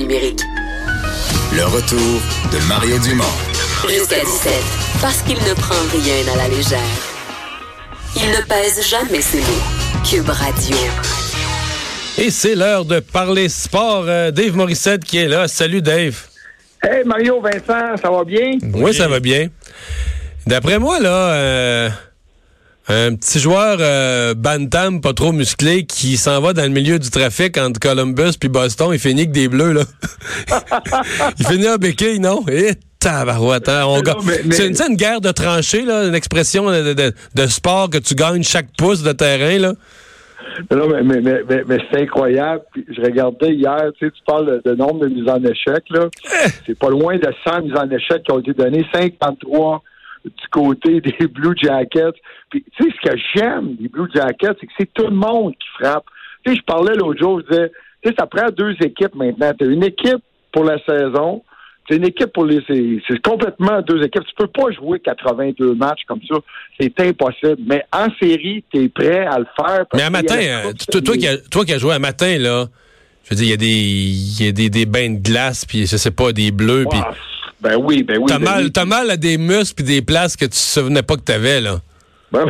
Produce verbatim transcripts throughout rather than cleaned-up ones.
numérique. Le retour de Mario Dumont. Jusqu'à dix-sept, parce qu'il ne prend rien à la légère. Il ne pèse jamais ses mots. Cube Radio. Et c'est l'heure de parler sport. Euh, Dave Morissette qui est là. Salut Dave. Hey Mario, Vincent, ça va bien? Oui, oui, ça va bien. D'après moi, là, euh, un petit joueur euh, bantam, pas trop musclé, qui s'en va dans le milieu du trafic entre Columbus puis Boston, il finit que des bleus, là. Il finit en béquille, non? Et tabarouette, hein? On ga- mais, mais... C'est, une, c'est une guerre de tranchées, là, une expression de, de, de sport que tu gagnes chaque pouce de terrain, là. Non, mais, mais, mais, mais, mais c'est incroyable. Puis, je regardais hier, tu sais, tu parles de, de nombre de mises en échec, là. Eh. C'est pas loin de cent mises en échec qui ont été données, cinquante-trois du côté des Blue Jackets. Puis, tu sais, ce que j'aime des Blue Jackets, c'est que c'est tout le monde qui frappe. Tu sais, je parlais l'autre jour, je disais, tu sais, ça prend deux équipes maintenant. T'as une équipe pour la saison, c'est une équipe pour les... C'est, c'est complètement deux équipes. Tu peux pas jouer quatre-vingt-deux matchs comme ça. C'est impossible. Mais en série, t'es prêt à le faire. Mais à matin, euh, toi, toi, qui a, toi qui as joué à matin, là, je veux dire, il y a des il y a des, des bains de glace, puis je sais pas, des bleus, puis... Ah, ben oui, ben oui. T'as, ben mal, oui. t'as mal à des muscles puis des places que tu te souvenais pas que t'avais, là. Ben,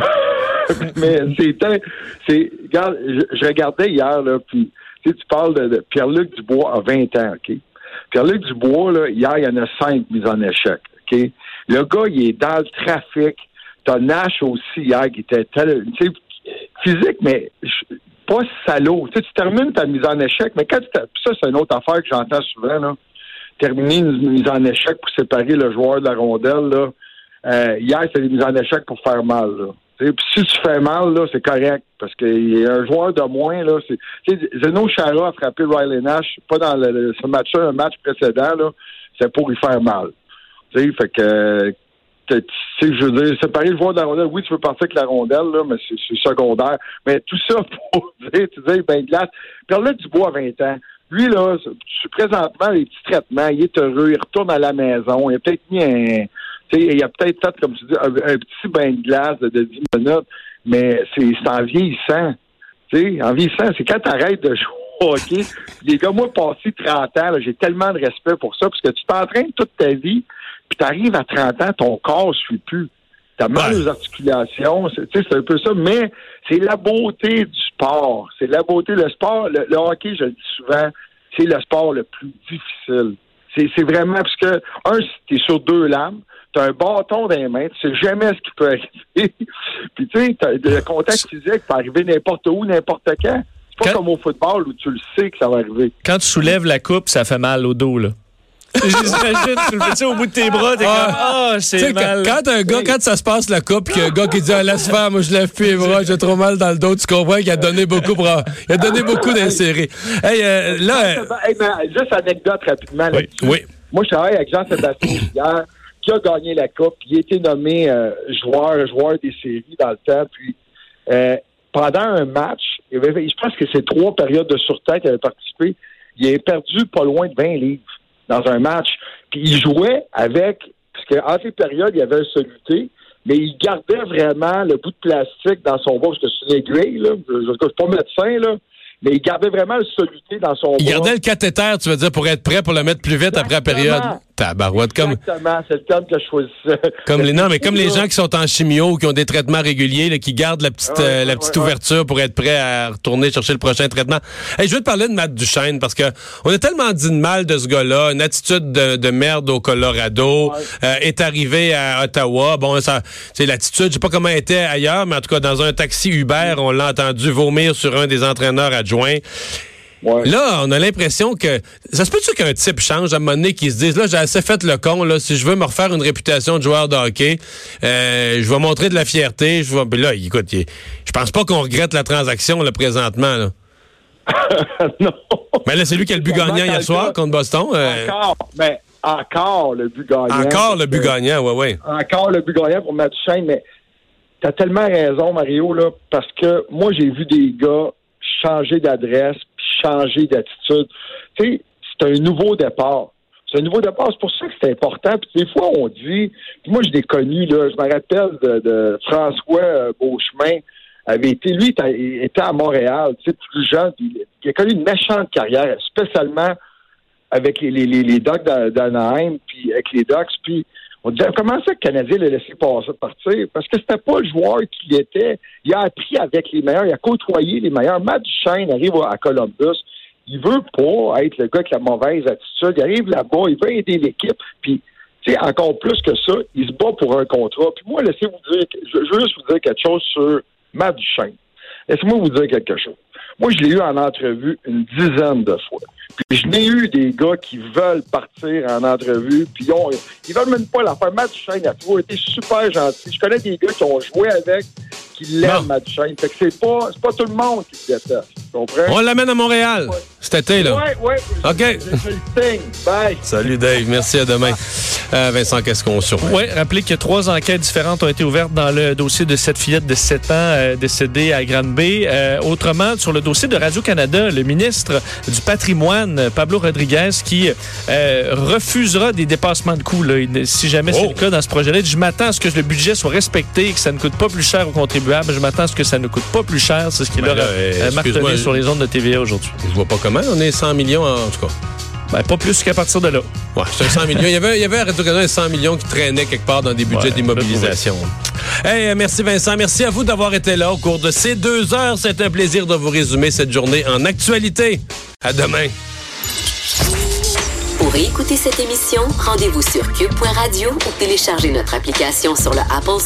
mais c'est... c'est regarde, je, je regardais hier, là, puis tu sais, tu parles de, de Pierre-Luc Dubois à vingt ans, OK? Pierre-Luc Dubois, là, hier, il y en a cinq mises en échec, OK? Le gars, il est dans le trafic. T'as Nash aussi, hier, qui était tel, tu sais, physique, mais pas salaud. Tu sais, tu termines ta mise en échec, mais quand tu ça, c'est une autre affaire que j'entends souvent, là. Terminer une mise en échec pour séparer le joueur de la rondelle, là. Euh, hier, c'est des mises en échec pour faire mal, là. Puis si tu fais mal, là, c'est correct, parce qu'il y a un joueur de moins, là. C'est, Zdeno Chara a frappé Riley Nash, pas dans le, le, ce match-là, un match précédent, là, c'est pour y faire mal. Tu sais, fait que, que je veux dire, séparer le joueur de la rondelle, oui, tu veux partir avec la rondelle, là, mais c'est, c'est secondaire. Mais tout ça pour dire, tu dis, ben, glace. Puis là, Dubois à vingt ans. Lui, là, présentement, les petits traitements, il est heureux, il retourne à la maison, il a peut-être mis un... Tu sais, il y a peut-être fait, comme tu dis, un, un petit bain de glace de, de dix minutes, mais c'est, c'est en vieillissant. Tu sais, en vieillissant, c'est quand tu arrêtes de jouer au hockey. Les gars, moi, passé trente ans, là, j'ai tellement de respect pour ça, parce que tu t'entraînes toute ta vie, puis tu arrives à trente ans, ton corps ne suit plus. T'as mal aux articulations, c'est, tu sais, c'est un peu ça, mais c'est la beauté du sport. C'est la beauté. Le sport, le, le hockey, je le dis souvent, c'est le sport le plus difficile. C'est, c'est vraiment parce que, un, t'es sur deux lames, t'as un bâton dans les mains, tu sais jamais ce qui peut arriver. Puis tu sais, le contact physique peut arriver n'importe où, n'importe quand. C'est pas quand... comme au football où tu le sais que ça va arriver. Quand tu soulèves la coupe, ça fait mal au dos, là. J'imagine, tu le fais au bout de tes bras, t'es ah, comme, ah, oh, c'est mal. Quand, quand un gars, quand ça se passe la coupe, qu'il y a un gars qui dit, ah, laisse faire, moi, je lève plus les bras, j'ai trop mal dans le dos, tu comprends qu'il a donné beaucoup pour, il a donné beaucoup d'insérés. Hey, euh, là. Hey, mais, juste anecdote rapidement, là. Oui, oui. Moi, je travaille avec Jean-Sébastien hier, qui a gagné la coupe, puis il a été nommé, euh, joueur, joueur des séries dans le temps, puis, euh, pendant un match, il avait, je pense que c'est trois périodes de sûreté qu'il avait participé, il a perdu pas loin de vingt livres dans un match. Puis il jouait avec, parce qu'entre les périodes, il y avait un soluté, mais il gardait vraiment le bout de plastique dans son bras. Je te suis aiguille, là. Je ne suis pas médecin, là. Mais il gardait vraiment le soluté dans son bras. Il gardait le cathéter, tu veux dire, pour être prêt pour le mettre plus vite. Exactement. Après la période. Tabarouette, comme. Exactement, c'est le terme que je choisissais. Comme les, non, mais comme les gens qui sont en chimio, qui ont des traitements réguliers, là, qui gardent la petite, ouais, euh, la petite ouais, ouverture ouais. pour être prêt à retourner chercher le prochain traitement. Hey, je veux te parler de Matt Duchene, parce que on a tellement dit de mal de ce gars-là, une attitude de, de merde au Colorado, ouais. euh, est arrivé à Ottawa. Bon, ça, c'est l'attitude, je sais pas comment elle était ailleurs, mais en tout cas, dans un taxi Uber, on l'a entendu vomir sur un des entraîneurs adjoints. Ouais. Là, on a l'impression que... Ça se peut-tu qu'un type change à un moment donné, qu'il se dise, là, j'ai assez fait le con, là, si je veux me refaire une réputation de joueur de hockey, euh, je vais montrer de la fierté, je vais... Puis là, écoute, il... je pense pas qu'on regrette la transaction, là, présentement, là. Non. Mais là, c'est lui qui a le but gagnant hier soir contre Boston. Euh... Encore, mais encore le but gagnant. Encore le but gagnant, oui, oui. Encore le but gagnant pour Matt Duchene, mais t'as tellement raison, Mario, là, parce que moi, j'ai vu des gars changer d'adresse, changer d'attitude. Tu sais, c'est un nouveau départ. C'est un nouveau départ. C'est pour ça que c'est important. Puis des fois, on dit... Puis moi, je l'ai connu, là. Je me rappelle de, de François Beauchemin. Avait été, lui, il était à Montréal, tu sais, plus jeune. Il, il a connu une méchante carrière, spécialement avec les, les, les, les Ducks d'Anaheim, puis avec les Ducks, puis on disait, comment ça que le Canadien l'a laissé passer partir? Parce que c'était pas le joueur qu'il était. Il a appris avec les meilleurs, il a côtoyé les meilleurs. Matt Duchene arrive à Columbus, il veut pas être le gars avec la mauvaise attitude. Il arrive là-bas, il veut aider l'équipe, puis tu sais, encore plus que ça, il se bat pour un contrat. Puis moi, laissez-vous dire, je veux juste vous dire quelque chose sur Matt Duchene. Laissez-moi vous dire quelque chose. Moi, je l'ai eu en entrevue une dizaine de fois. Puis je n'ai eu des gars qui veulent partir en entrevue, puis ils, ont, ils veulent même pas la faire. Matt Duchene a toujours été super gentil. Je connais des gars qui ont joué avec, qui l'aiment, Matt Duchene. Fait que c'est pas, c'est pas tout le monde qui le déteste. Tu comprends? On l'amène à Montréal ouais. cet été, là. Oui, oui. OK. Je, je, je le signe. Bye. Salut, Dave. Merci, à demain. Euh, Vincent, qu'est-ce qu'on surveille? Oui, rappelez que trois enquêtes différentes ont été ouvertes dans le dossier de cette fillette de sept ans euh, décédée à Granby. Euh, autrement, sur le dossier de Radio-Canada, le ministre du Patrimoine, Pablo Rodriguez, qui euh, refusera des dépassements de coûts, là, si jamais oh. c'est le cas dans ce projet-là. Je m'attends à ce que le budget soit respecté et que ça ne coûte pas plus cher aux contribuables. Je m'attends à ce que ça ne coûte pas plus cher. C'est ce qu'il ben a euh, martelé sur les ondes de T V A aujourd'hui. Je vois pas comment. On est cent millions en, en tout cas. Ben, pas plus qu'à partir de là. Ouais, c'est un cent millions. Il y avait, il y avait à Radio-Canada cent millions qui traînaient quelque part dans des budgets ouais, d'immobilisation. Hey, merci Vincent. Merci à vous d'avoir été là au cours de ces deux heures. C'est un plaisir de vous résumer cette journée en actualité. À demain. Pour écouter cette émission, rendez-vous sur cube point radio ou téléchargez notre application sur le Apple